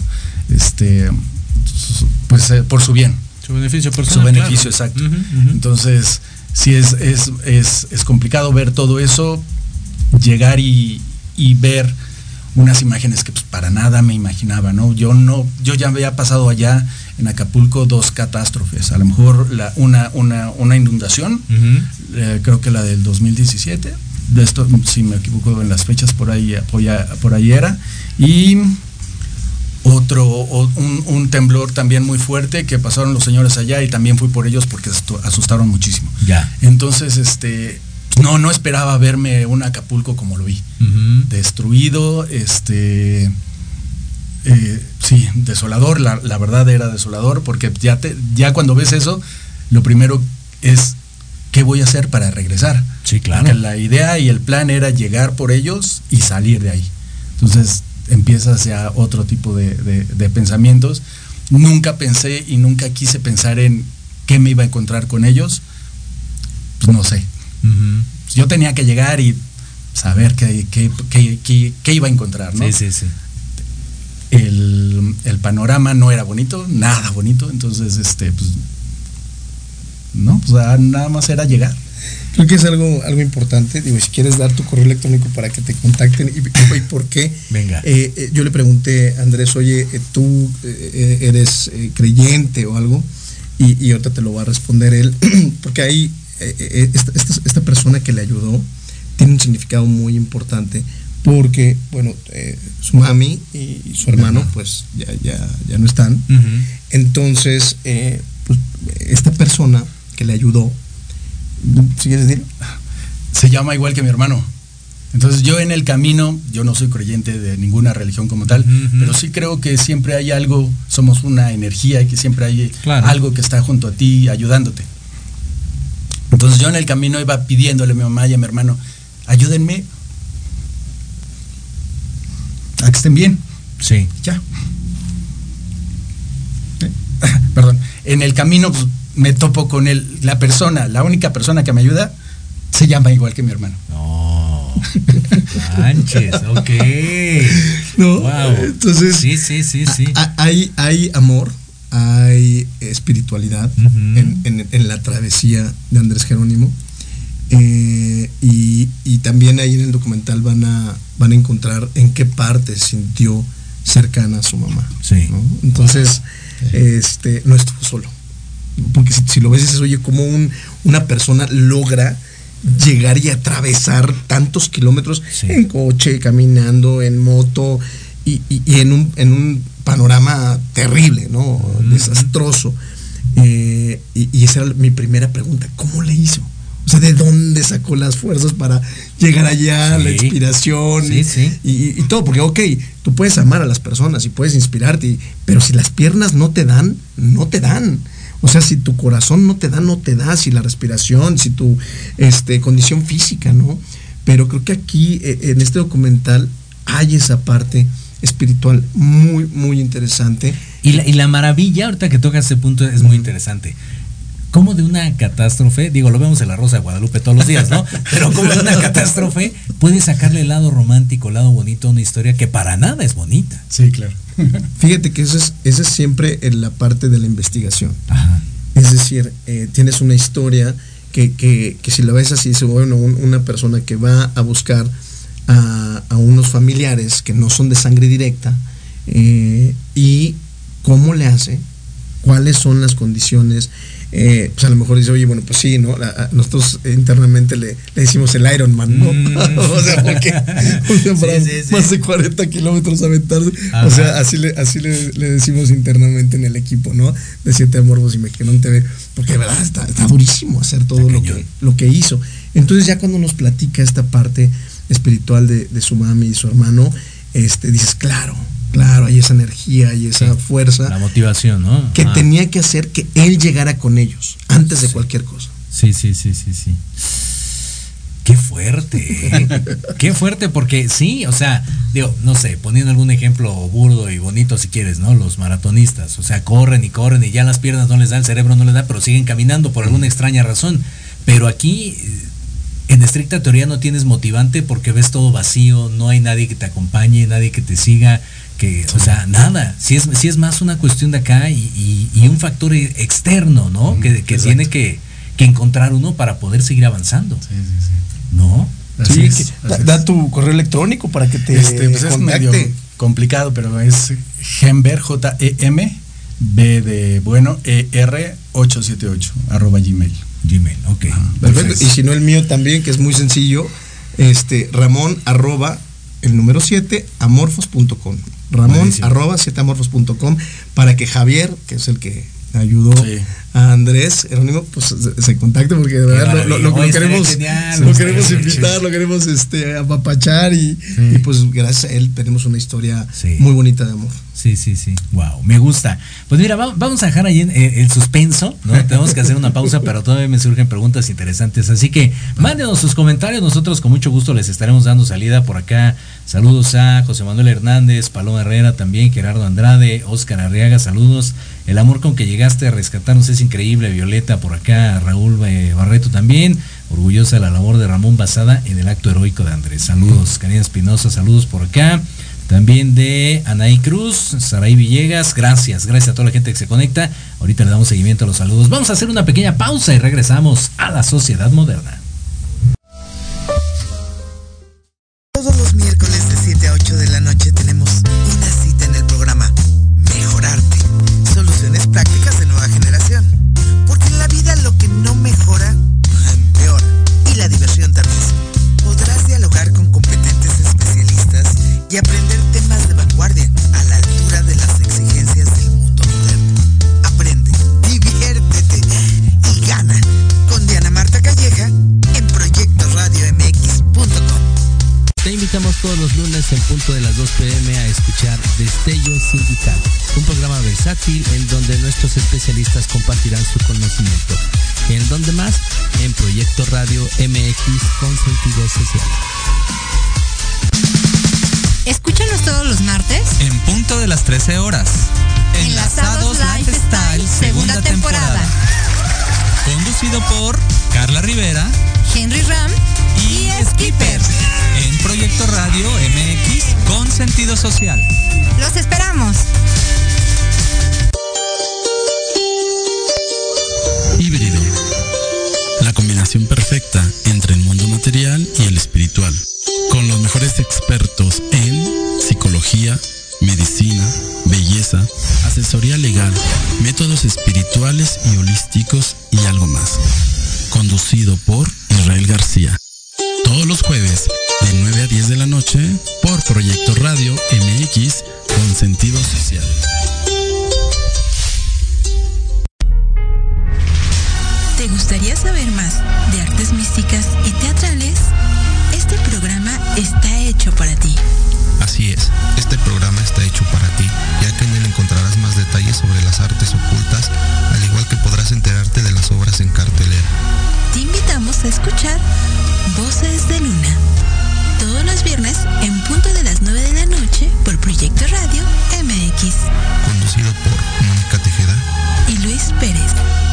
pues por su bien. Su beneficio personal. Su beneficio, claro. exacto. Entonces, sí es complicado ver todo eso, llegar y ver unas imágenes que pues para nada me imaginaba, ¿no? Yo ya había pasado allá en Acapulco 2 catástrofes, a lo mejor una inundación, creo que la del 2017, de esto si me equivoco en las fechas por ahí era, y un temblor también muy fuerte que pasaron los señores allá y también fui por ellos porque asustaron muchísimo. Ya. Entonces, no esperaba verme un Acapulco como lo vi. Destruido, sí, desolador, la verdad era desolador, porque ya cuando ves eso, lo primero es ¿qué voy a hacer para regresar? Sí, claro. Porque la idea y el plan era llegar por ellos y salir de ahí. Entonces empiezas ya otro tipo de pensamientos. Nunca pensé y nunca quise pensar en qué me iba a encontrar con ellos. Pues no sé. Yo tenía que llegar y saber qué iba a encontrar, ¿no? Sí. El panorama no era bonito, nada bonito, entonces pues no, pues nada más era llegar. Creo que es algo importante. Digo, si quieres dar tu correo electrónico para que te contacten y por qué. Venga. Yo le pregunté a Andrés, oye, ¿tú eres creyente o algo? Y ahorita te lo va a responder él, porque ahí esta persona que le ayudó tiene un significado muy importante, porque, bueno, su mami y su hermano, pues ya no están. Entonces, pues, esta persona que le ayudó, ¿sí quieres decir? Se llama igual que mi hermano. Entonces yo en el camino, yo no soy creyente de ninguna religión como tal, pero sí creo que siempre hay algo, somos una energía y que siempre hay algo que está junto a ti ayudándote. Entonces yo en el camino iba pidiéndole a mi mamá y a mi hermano, ayúdenme a que estén bien. Sí. Ya. Perdón. En el camino pues, me topo con él, la única persona que me ayuda se llama igual que mi hermano. No. Sánchez, ok. ¿No? Wow. Entonces, sí. Hay amor, hay espiritualidad en la travesía de Andrés Jerónimo. Y también ahí en el documental van a encontrar en qué parte sintió cercana a su mamá. Sí. ¿no? Entonces, no estuvo solo. Porque si lo ves, dices, oye, cómo una persona logra llegar y atravesar tantos kilómetros en coche, caminando, en moto, en un panorama terrible, ¿no? Desastroso. Y esa era mi primera pregunta, ¿cómo le hizo? O sea, ¿de dónde sacó las fuerzas para llegar allá, la inspiración y todo? Porque, ok, tú puedes amar a las personas y puedes inspirarte, pero si las piernas no te dan, no te dan. O sea, si tu corazón no te da, si la respiración, si tu condición física, ¿no? Pero creo que aquí, en este documental, hay esa parte espiritual muy, muy interesante. Y la maravilla, ahorita que tocas ese punto, es muy interesante. Como de una catástrofe, digo, lo vemos en La Rosa de Guadalupe todos los días, ¿no? Pero como de una catástrofe puede sacarle el lado romántico, el lado bonito a una historia que para nada es bonita. Sí, claro. Fíjate que esa es siempre en la parte de la investigación. Ajá. Es decir, tienes una historia que si la ves así, bueno, una persona que va a buscar a unos familiares que no son de sangre directa, y cómo le hace, cuáles son las condiciones. Pues a lo mejor dice, oye, bueno, pues sí, ¿no? Nosotros internamente le decimos el Iron Man, ¿no? O sea, porque más de 40 kilómetros aventarse. O sea, así le decimos internamente en el equipo, ¿no? De 7 Amorfos y Mequenón TV, porque de verdad está durísimo hacer todo lo que hizo. Entonces ya cuando nos platica esta parte espiritual de su mami y su hermano, dices, claro, hay esa energía y esa fuerza. La motivación, ¿no? Que tenía que hacer que él llegara con ellos, antes de cualquier cosa. Sí. Qué fuerte, qué fuerte, porque sí, o sea, digo, no sé, poniendo algún ejemplo burdo y bonito si quieres, ¿no? Los maratonistas, o sea, corren y ya las piernas no les da, el cerebro no les da, pero siguen caminando por alguna extraña razón. Pero aquí, en estricta teoría, no tienes motivante porque ves todo vacío, no hay nadie que te acompañe, nadie que te siga. O sea, nada, si es más una cuestión de acá y un factor externo, ¿no? Que tiene que encontrar uno para poder seguir avanzando. Sí. ¿No? Sí, da tu correo electrónico para que te pues es medio complicado, pero es Gember, J-E-M, B de bueno, E-R 878 @gmail. Gmail, ok. Perfecto. Y si no, el mío también, que es muy sencillo, Ramón @7 amorfos.com. Ramón @7amorfos.com, para que Javier, que es el que ayudó a Andrés Jerónimo, pues se contacte, porque de verdad lo queremos invitar, lo queremos apapachar y pues gracias a él tenemos una historia muy bonita de amor. Sí. Wow, me gusta. Pues mira, vamos a dejar ahí el suspenso, ¿no? Tenemos que hacer una pausa, pero todavía me surgen preguntas interesantes. Así que mándenos sus comentarios, nosotros con mucho gusto les estaremos dando salida por acá. Saludos a José Manuel Hernández, Paloma Herrera también, Gerardo Andrade, Óscar Arriaga, saludos. El amor con que llegaste a rescatarnos es increíble. Violeta por acá, Raúl Barreto también, orgullosa de la labor de Ramón basada en el acto heroico de Andrés. Saludos. Karina Espinosa, saludos por acá. También de Anaí Cruz, Saraí Villegas, gracias a toda la gente que se conecta. Ahorita le damos seguimiento a los saludos. Vamos a hacer una pequeña pausa y regresamos a La Sociedad Moderna. Todos los miércoles de 7 a 8 de la noche tenemos una cita en el programa Mejorarte, soluciones prácticas de nueva generación. Porque en la vida lo que no mejora, empeora. Y la diversión también. Podrás dialogar con competentes especialistas y aprender temas de vanguardia a la altura de las exigencias del mundo moderno. Aprende, diviértete y gana con Diana Marta Calleja en proyectoradiomx.com. Te invitamos todos los lunes en punto de las 2 p.m. a escuchar Destello Sindical, un programa versátil en donde nuestros especialistas compartirán su conocimiento. ¿En dónde más? En Proyecto Radio MX con sentido social. Escúchanos todos los martes En punto de las 13 horas. Enlazados Lifestyle, segunda temporada. Conducido por Carla Rivera Henry Ram y Skipper. En Proyecto Radio MX con sentido social. Los esperamos. Híbrido. La combinación perfecta entre el mundo material y el espiritual. Con los mejores expertos en psicología, medicina, belleza, asesoría legal, métodos espirituales y holísticos y algo más. Conducido por Israel García. Todos los jueves de 9 a 10 de la noche por por Proyecto Radio MX con sentido social. ¿Te gustaría saber más de artes místicas y teatrales? Este programa está hecho para ti. Así es, este programa está hecho para ti, ya que en él encontrarás más detalles sobre las artes ocultas, al igual que podrás enterarte de las obras en cartelera. Te invitamos a escuchar Voces de Luna, todos los viernes en punto de las 9 de la noche por Proyecto Radio MX. Conducido por Mónica Tejeda y Luis Pérez.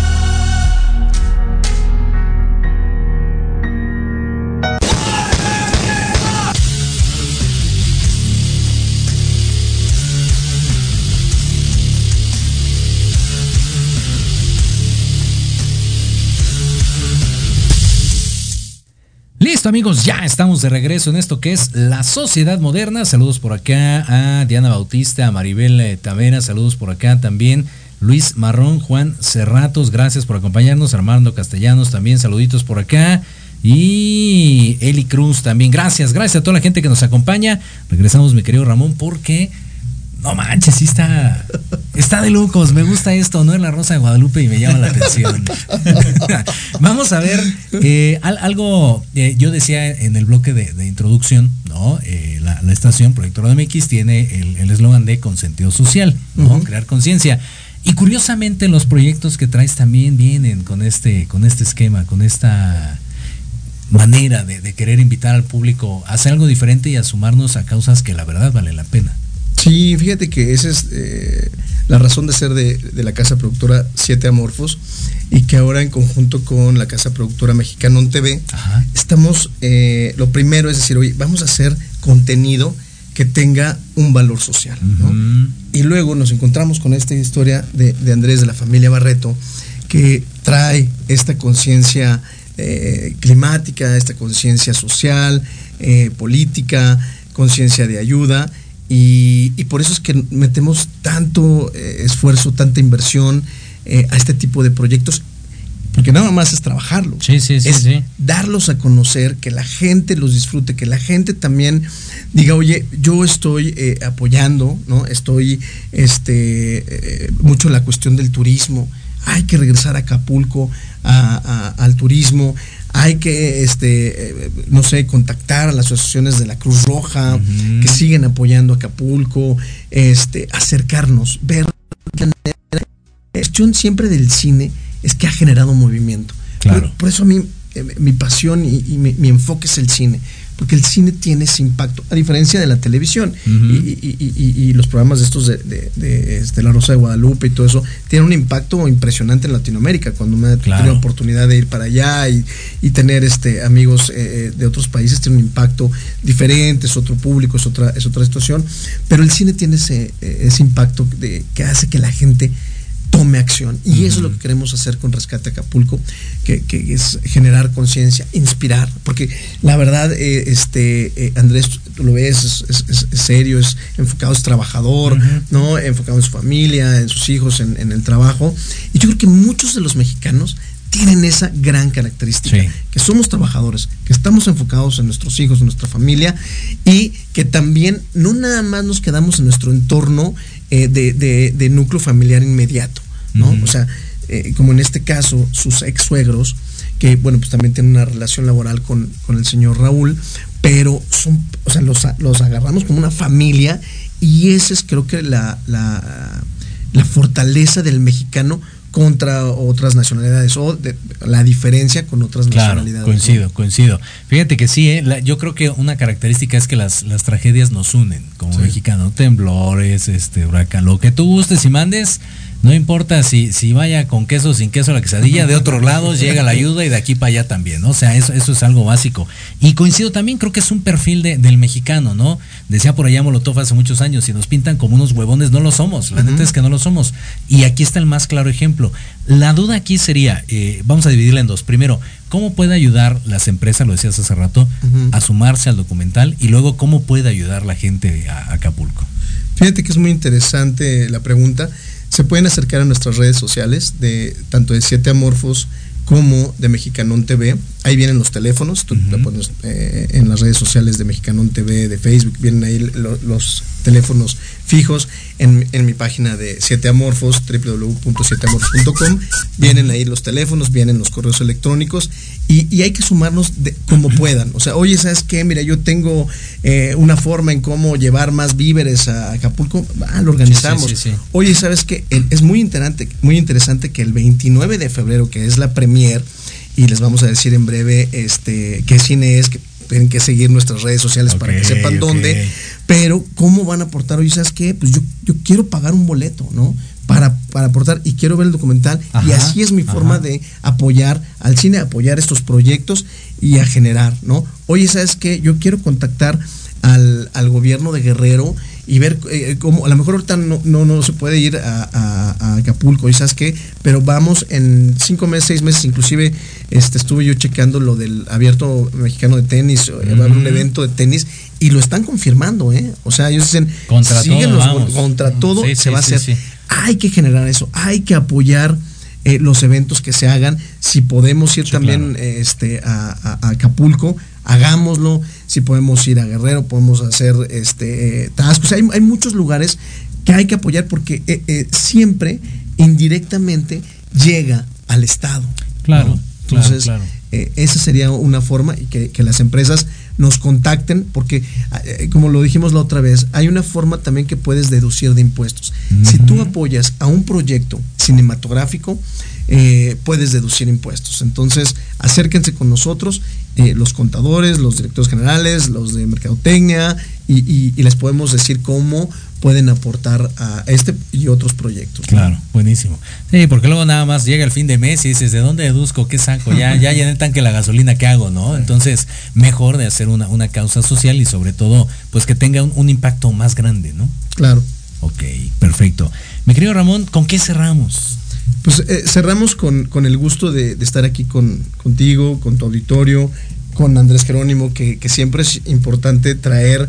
Listo, amigos, ya estamos de regreso en esto que es La Sociedad Moderna. Saludos por acá a Diana Bautista, a Maribel Tavera, saludos por acá también. Luis Marrón, Juan Cerratos, gracias por acompañarnos. Armando Castellanos también, saluditos por acá. Y Eli Cruz también, gracias a toda la gente que nos acompaña. Regresamos, mi querido Ramón, porque no manches, sí está de locos, me gusta esto, no es la Rosa de Guadalupe y me llama la atención. Vamos a ver, algo, yo decía en el bloque de introducción, ¿no? La estación Proyecto Radio MX tiene el eslogan de con sentido social, ¿no? Crear conciencia. Y curiosamente los proyectos que traes también vienen con este esquema, con esta manera de querer invitar al público a hacer algo diferente y a sumarnos a causas que la verdad valen la pena. Sí, fíjate que esa es la razón de ser de la casa productora Siete Amorfos, y que ahora en conjunto con la casa productora Mexicanon TV estamos, lo primero es decir, oye, vamos a hacer contenido que tenga un valor social, ¿no? Y luego nos encontramos con esta historia de Andrés, de la familia Barreto, que trae esta conciencia climática, esta conciencia social, política, conciencia de ayuda. Y por eso es que metemos tanto esfuerzo, tanta inversión a este tipo de proyectos, porque nada más es trabajarlos. Sí. Darlos a conocer, que la gente los disfrute, que la gente también diga, oye, yo estoy apoyando, ¿no? Estoy mucho en la cuestión del turismo. Hay que regresar a Acapulco al turismo. Hay que, no sé, contactar a las asociaciones de la Cruz Roja, que siguen apoyando a Acapulco, acercarnos, ver la cuestión siempre del cine es que ha generado movimiento. Claro. Por eso a mí, mi pasión y mi enfoque es el cine, porque el cine tiene ese impacto, a diferencia de la televisión y los programas de estos de La Rosa de Guadalupe y todo eso, tienen un impacto impresionante en Latinoamérica. Cuando me he tenido oportunidad de ir para allá y tener amigos de otros países, tiene un impacto diferente, es otro público, es otra situación, pero el cine tiene ese impacto que hace que la gente tome acción, y eso es lo que queremos hacer con Rescate Acapulco, que es generar conciencia, inspirar, porque la verdad, Andrés, tú lo ves, es serio, es enfocado, es trabajador, ¿no? Enfocado en su familia, en sus hijos, en el trabajo, y yo creo que muchos de los mexicanos tienen esa gran característica, que somos trabajadores, que estamos enfocados en nuestros hijos, en nuestra familia, y que también no nada más nos quedamos en nuestro entorno de núcleo familiar inmediato, ¿no? O sea, como en este caso, sus ex suegros, que bueno, pues también tienen una relación laboral con el señor Raúl, pero los agarramos como una familia, y esa es, creo que la fortaleza del mexicano contra otras nacionalidades, o la diferencia con otras nacionalidades. Coincido. Fíjate que sí, yo creo que una característica es que las tragedias nos unen como mexicanos, temblores, huracán, lo que tú gustes y mandes, no importa si vaya con queso o sin queso la quesadilla, de otros lados llega la ayuda y de aquí para allá también, ¿no? O sea, eso es algo básico. Y coincido también, creo que es un perfil del mexicano, ¿no? Decía por allá Molotov hace muchos años, si nos pintan como unos huevones, no lo somos, la neta es que no lo somos. Y aquí está el más claro ejemplo. La duda aquí sería, vamos a dividirla en dos. Primero, ¿cómo puede ayudar las empresas, lo decías hace rato, a sumarse al documental? Y luego, ¿cómo puede ayudar la gente a Acapulco? Fíjate que es muy interesante la pregunta. Se pueden acercar a nuestras redes sociales, tanto de Siete Amorfos como de Mexicanón TV. Ahí vienen los teléfonos, tú la pones en las redes sociales de Mexicanón TV, de Facebook, vienen ahí los teléfonos fijos. En mi página de 7amorfos, www.7amorfos.com, vienen ahí los teléfonos, vienen los correos electrónicos, y hay que sumarnos como puedan. O sea, oye, ¿sabes qué? Mira, yo tengo una forma en cómo llevar más víveres a Acapulco, lo organizamos. Sí. Oye, ¿sabes qué? Es muy interesante que el 29 de febrero, que es la premier, y les vamos a decir en breve qué cine es, que tienen que seguir nuestras redes sociales para que sepan dónde, pero cómo van a aportar. Oye, ¿sabes qué? Pues yo quiero pagar un boleto, ¿no? Para aportar, y quiero ver el documental, y así es mi forma de apoyar al cine, apoyar estos proyectos y a generar, ¿no? Oye, ¿sabes qué? Yo quiero contactar al gobierno de Guerrero y ver cómo, a lo mejor ahorita no se puede ir a Acapulco, ¿y sabes qué? Pero vamos en 5 meses, 6 meses, inclusive estuve yo checando lo del Abierto Mexicano de Tenis, va a haber un evento de tenis, y lo están confirmando, o sea, ellos dicen, contra todo se va a hacer. Sí. Hay que generar eso, hay que apoyar los eventos que se hagan. Si podemos ir también a Acapulco, hagámoslo. Si podemos ir a Guerrero, podemos hacer Tasco. Hay muchos lugares que hay que apoyar, porque siempre indirectamente llega al Estado. Claro, ¿no? Entonces, claro. Esa sería una forma, y que las empresas nos contacten, porque como lo dijimos la otra vez, hay una forma también que puedes deducir de impuestos. Si tú apoyas a un proyecto cinematográfico, puedes deducir impuestos. Entonces, acérquense con nosotros, los contadores, los directores generales, los de mercadotecnia, y les podemos decir cómo pueden aportar a este y otros proyectos. Claro, buenísimo. Sí, porque luego nada más llega el fin de mes y dices, ¿de dónde deduzco? ¿Qué saco? Ya llené el tanque de la gasolina, ¿qué hago? ¿No? Entonces, mejor de hacer una causa social, y sobre todo, pues que tenga un impacto más grande, ¿no? Claro. Ok, perfecto. Mi querido Ramón, ¿con qué cerramos? Pues cerramos con el gusto de estar aquí contigo, con tu auditorio, con Andrés Jerónimo, que siempre es importante traer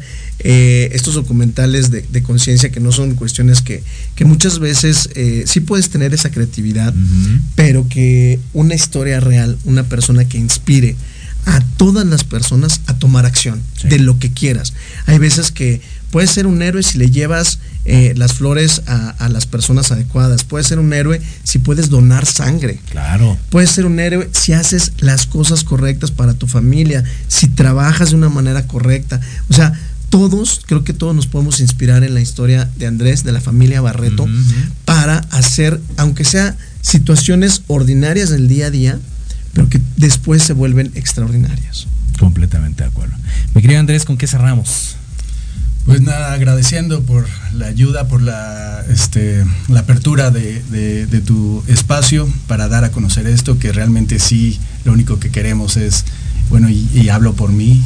estos documentales de conciencia, que no son cuestiones que muchas veces sí puedes tener esa creatividad, pero que una historia real, una persona que inspire a todas las personas a tomar acción de lo que quieras. Hay veces que puedes ser un héroe si le llevas las flores a las personas adecuadas. Puedes ser un héroe si puedes donar sangre. Claro. Puedes ser un héroe si haces las cosas correctas para tu familia, si trabajas de una manera correcta. O sea, creo que todos nos podemos inspirar en la historia de Andrés, de la familia Barreto, para hacer, aunque sea situaciones ordinarias del día a día, pero que después se vuelven extraordinarias. Completamente de acuerdo. Mi querido Andrés, ¿con qué cerramos? Pues nada, agradeciendo por la ayuda, por la apertura de tu espacio para dar a conocer esto, que realmente sí, lo único que queremos es, bueno, y hablo por mí,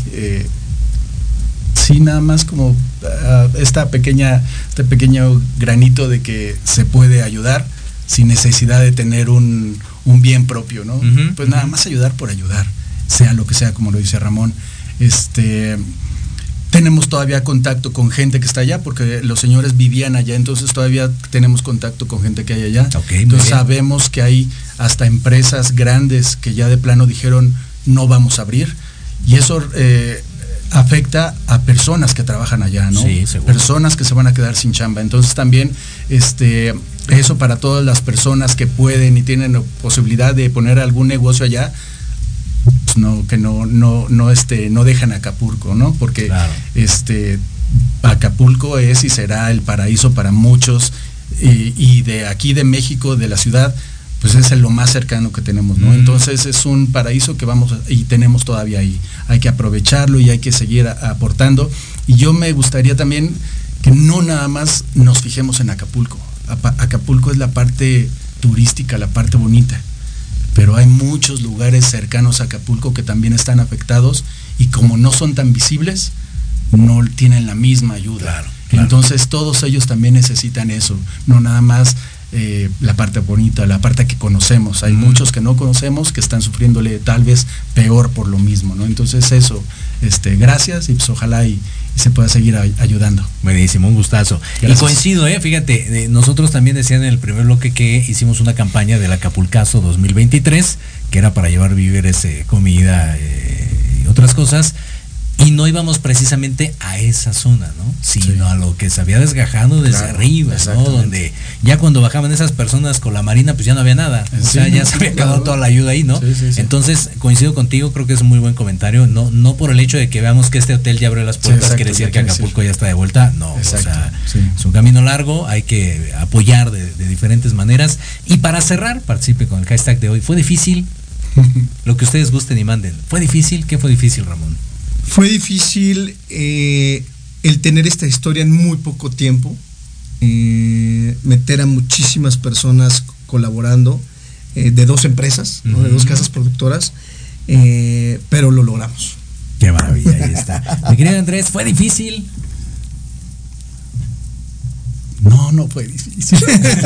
sí, nada más como este pequeño granito de que se puede ayudar sin necesidad de tener un bien propio, ¿no? Pues nada más ayudar por ayudar, sea lo que sea, como lo dice Ramón. Tenemos todavía contacto con gente que está allá, porque los señores vivían allá, entonces todavía tenemos contacto con gente que hay allá. Entonces sabemos que hay hasta empresas grandes que ya de plano dijeron no vamos a abrir, y eso afecta a personas que trabajan allá, ¿no? Sí, seguro. Personas que se van a quedar sin chamba. Entonces también eso para todas las personas que pueden y tienen la posibilidad de poner algún negocio allá, pues no dejan Acapulco, ¿no? Porque claro. Acapulco es y será el paraíso para muchos, y de aquí de México, de la ciudad, pues es lo más cercano que tenemos, ¿no? Entonces es un paraíso que y tenemos todavía ahí. Hay que aprovecharlo y hay que seguir aportando. Y yo me gustaría también que no nada más nos fijemos en Acapulco. Acapulco es la parte turística, la parte bonita, pero hay muchos lugares cercanos a Acapulco que también están afectados, y como no son tan visibles, no tienen la misma ayuda. Claro. Entonces todos ellos también necesitan eso, no nada más la parte bonita, la parte que conocemos. Hay muchos que no conocemos que están sufriéndole tal vez peor por lo mismo, ¿no? Entonces eso, gracias y pues ojalá y se pueda seguir ayudando. Buenísimo, un gustazo. Gracias. Y coincido, fíjate, nosotros también decían en el primer bloque que hicimos una campaña del Acapulcazo 2023, que era para llevar víveres, comida y otras cosas. Y no íbamos precisamente a esa zona, ¿no? Sino a lo que se había desgajado desde arriba, ¿no? Donde ya cuando bajaban esas personas con la marina, pues ya no había nada. O sea, ya se había acabado toda la ayuda ahí, ¿no? Sí. Entonces, coincido contigo, creo que es un muy buen comentario. No por el hecho de que veamos que este hotel ya abrió las puertas, quiere decir que Acapulco ya está de vuelta. No, exacto, o sea, es un camino largo, hay que apoyar de diferentes maneras. Y para cerrar, participe con el hashtag de hoy. ¿Fue difícil? Lo que ustedes gusten y manden. ¿Fue difícil? ¿Qué fue difícil, Ramón? Fue difícil el tener esta historia en muy poco tiempo, meter a muchísimas personas colaborando, de 2 empresas, ¿no? De 2 casas productoras, pero lo logramos. Qué maravilla, ahí está. Mi querido Andrés, ¿fue difícil? No fue difícil.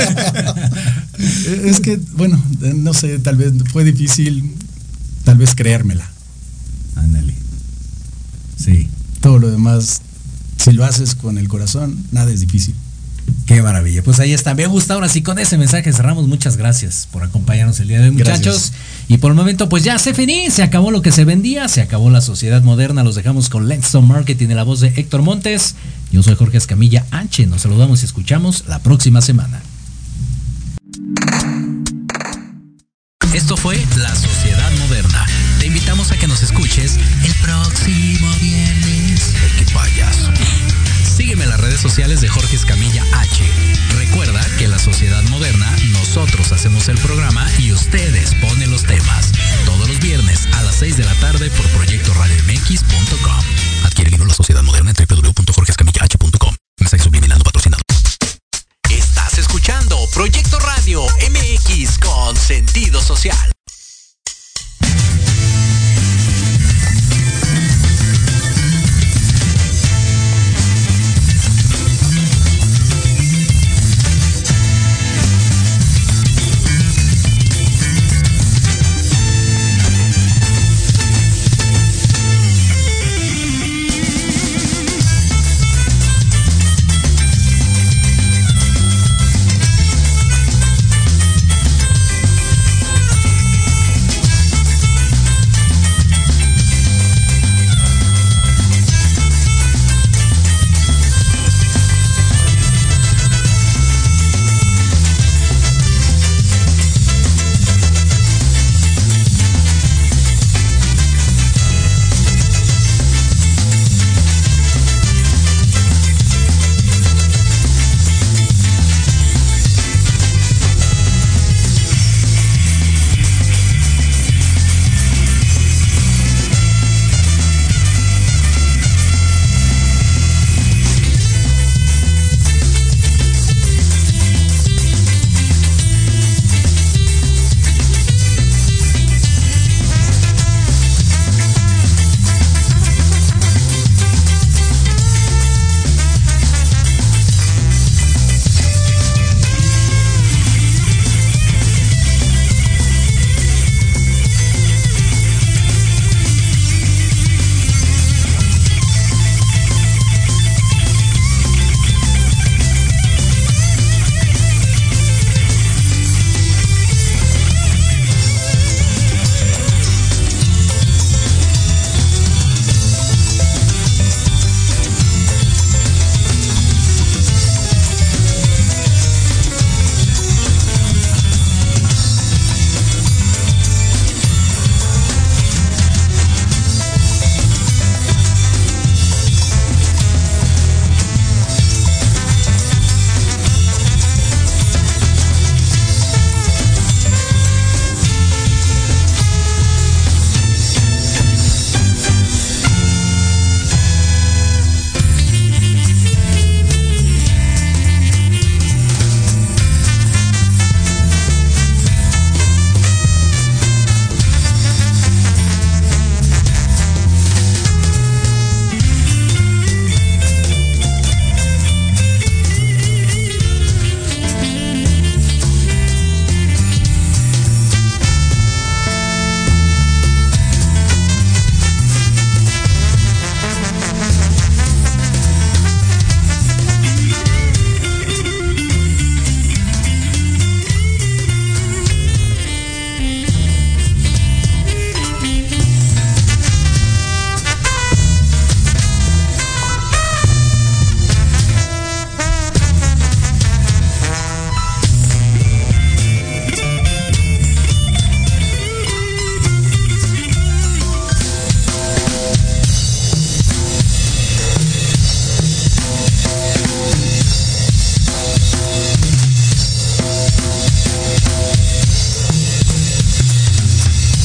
Es que, bueno, no sé, tal vez fue difícil, tal vez creérmela. Ándale. Sí. Todo lo demás, si lo haces con el corazón, nada es difícil. Qué maravilla. Pues ahí está. Me gusta. Ahora sí, con ese mensaje cerramos. Muchas gracias por acompañarnos el día de hoy, muchachos. Gracias. Y por el momento, pues ya se finí. Se acabó lo que se vendía. Se acabó la sociedad moderna. Los dejamos con Lenstone Marketing en la voz de Héctor Montes. Yo soy Jorge Escamilla H. Nos saludamos y escuchamos la próxima semana. Esto fue La Sociedad Moderna. Te invitamos a que nos escuches el próximo viernes. ¡Qué payaso! Sígueme en las redes sociales de Jorge Escamilla H. Recuerda que La Sociedad Moderna, nosotros hacemos el programa y ustedes ponen los temas. Todos los viernes a las 6 de la tarde por